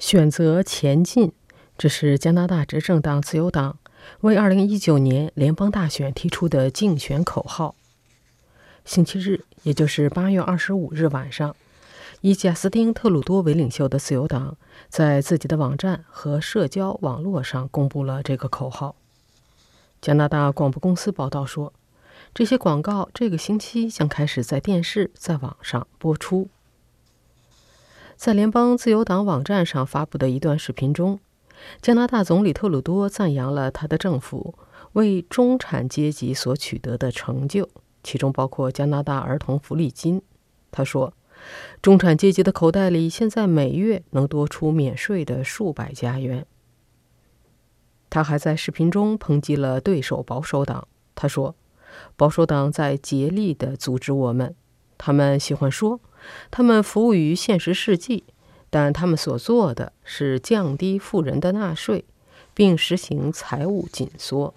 选择前进，这是加拿大执政党自由党为2019年联邦大选提出的竞选口号。星期日，也就是8月25日晚上，以贾斯汀·特鲁多为领袖的自由党在自己的网站和社交网络上公布了这个口号。加拿大广播公司报道说，这些广告这个星期将开始在电视、在网上播出。在联邦自由党网站上发布的一段视频中，加拿大总理特鲁多赞扬了他的政府为中产阶级所取得的成就，其中包括加拿大儿童福利金。他说，中产阶级的口袋里现在每月能多出免税的数百加元。他还在视频中抨击了对手保守党。他说，保守党在竭力地阻止我们，他们喜欢说他们服务于现实世纪，但他们所做的是降低富人的纳税，并实行财务紧缩。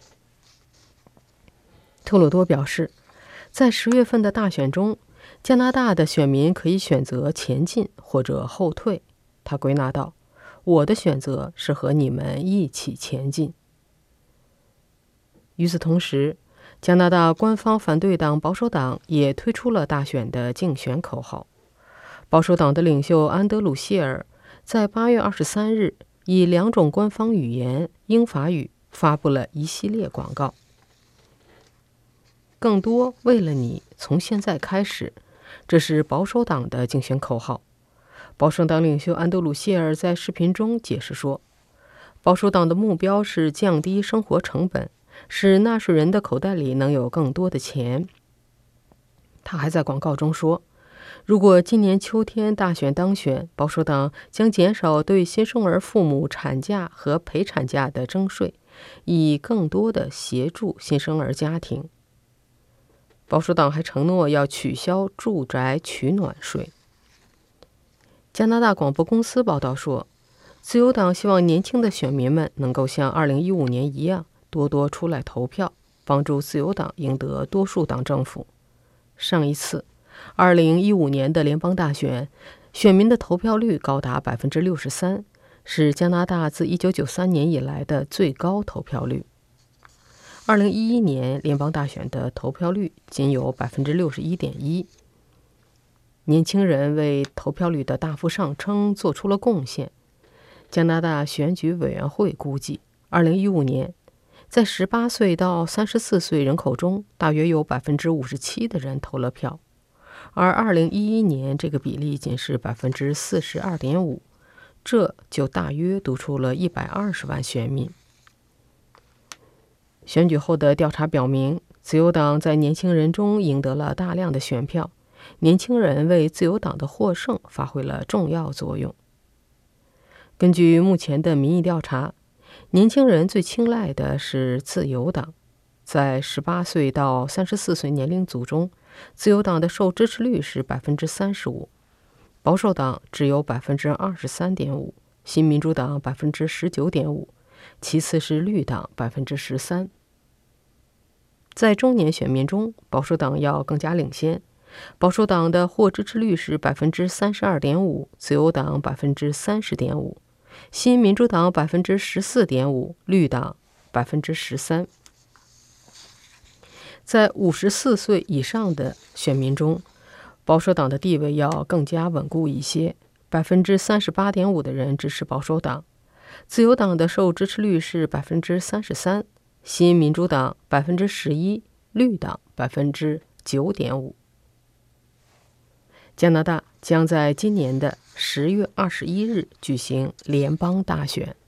特鲁多表示，在10月份的大选中，加拿大的选民可以选择前进或者后退。他归纳道，我的选择是和你们一起前进。与此同时，加拿大官方反对党保守党也推出了大选的竞选口号。保守党的领袖安德鲁·谢尔在8月23日以2种官方语言英法语发布了一系列广告。更多为了你，从现在开始，这是保守党的竞选口号。保守党领袖安德鲁·谢尔在视频中解释说，保守党的目标是降低生活成本，使纳税人的口袋里能有更多的钱。他还在广告中说，如果今年秋天大选当选，保守党将减少对新生儿父母产假和陪产假的征税，以更多的协助新生儿家庭。保守党还承诺要取消住宅取暖税。加拿大广播公司报道说，自由党希望年轻的选民们能够像2015年一样多多出来投票，帮助自由党赢得多数党政府。上一次2015年的联邦大选，选民的投票率高达 63%， 是加拿大自1993年以来的最高投票率。2011年联邦大选的投票率仅有 61.1%。年轻人为投票率的大幅上升做出了贡献。加拿大选举委员会估计，2015年在18岁到34岁人口中，大约有 57% 的人投了票，而2011年这个比例仅是 42.5%， 这就大约读出了120万选民。选举后的调查表明，自由党在年轻人中赢得了大量的选票，年轻人为自由党的获胜发挥了重要作用。根据目前的民意调查，年轻人最青睐的是自由党。在18岁到34岁年龄组中，自由党的受支持率是 35%， 保守党只有 23.5%， 新民主党 19.5%， 其次是绿党 13%。在中年选民中，保守党要更加领先，保守党的获支持率是 32.5%， 自由党 30.5%， 新民主党 14.5%， 绿党 13%。在54岁以上的选民中，保守党的地位要更加稳固一些， 38.5% 的人支持保守党，自由党的受支持率是 33%， 新民主党 11%， 绿党 9.5%。加拿大将在今年的10月21日举行联邦大选。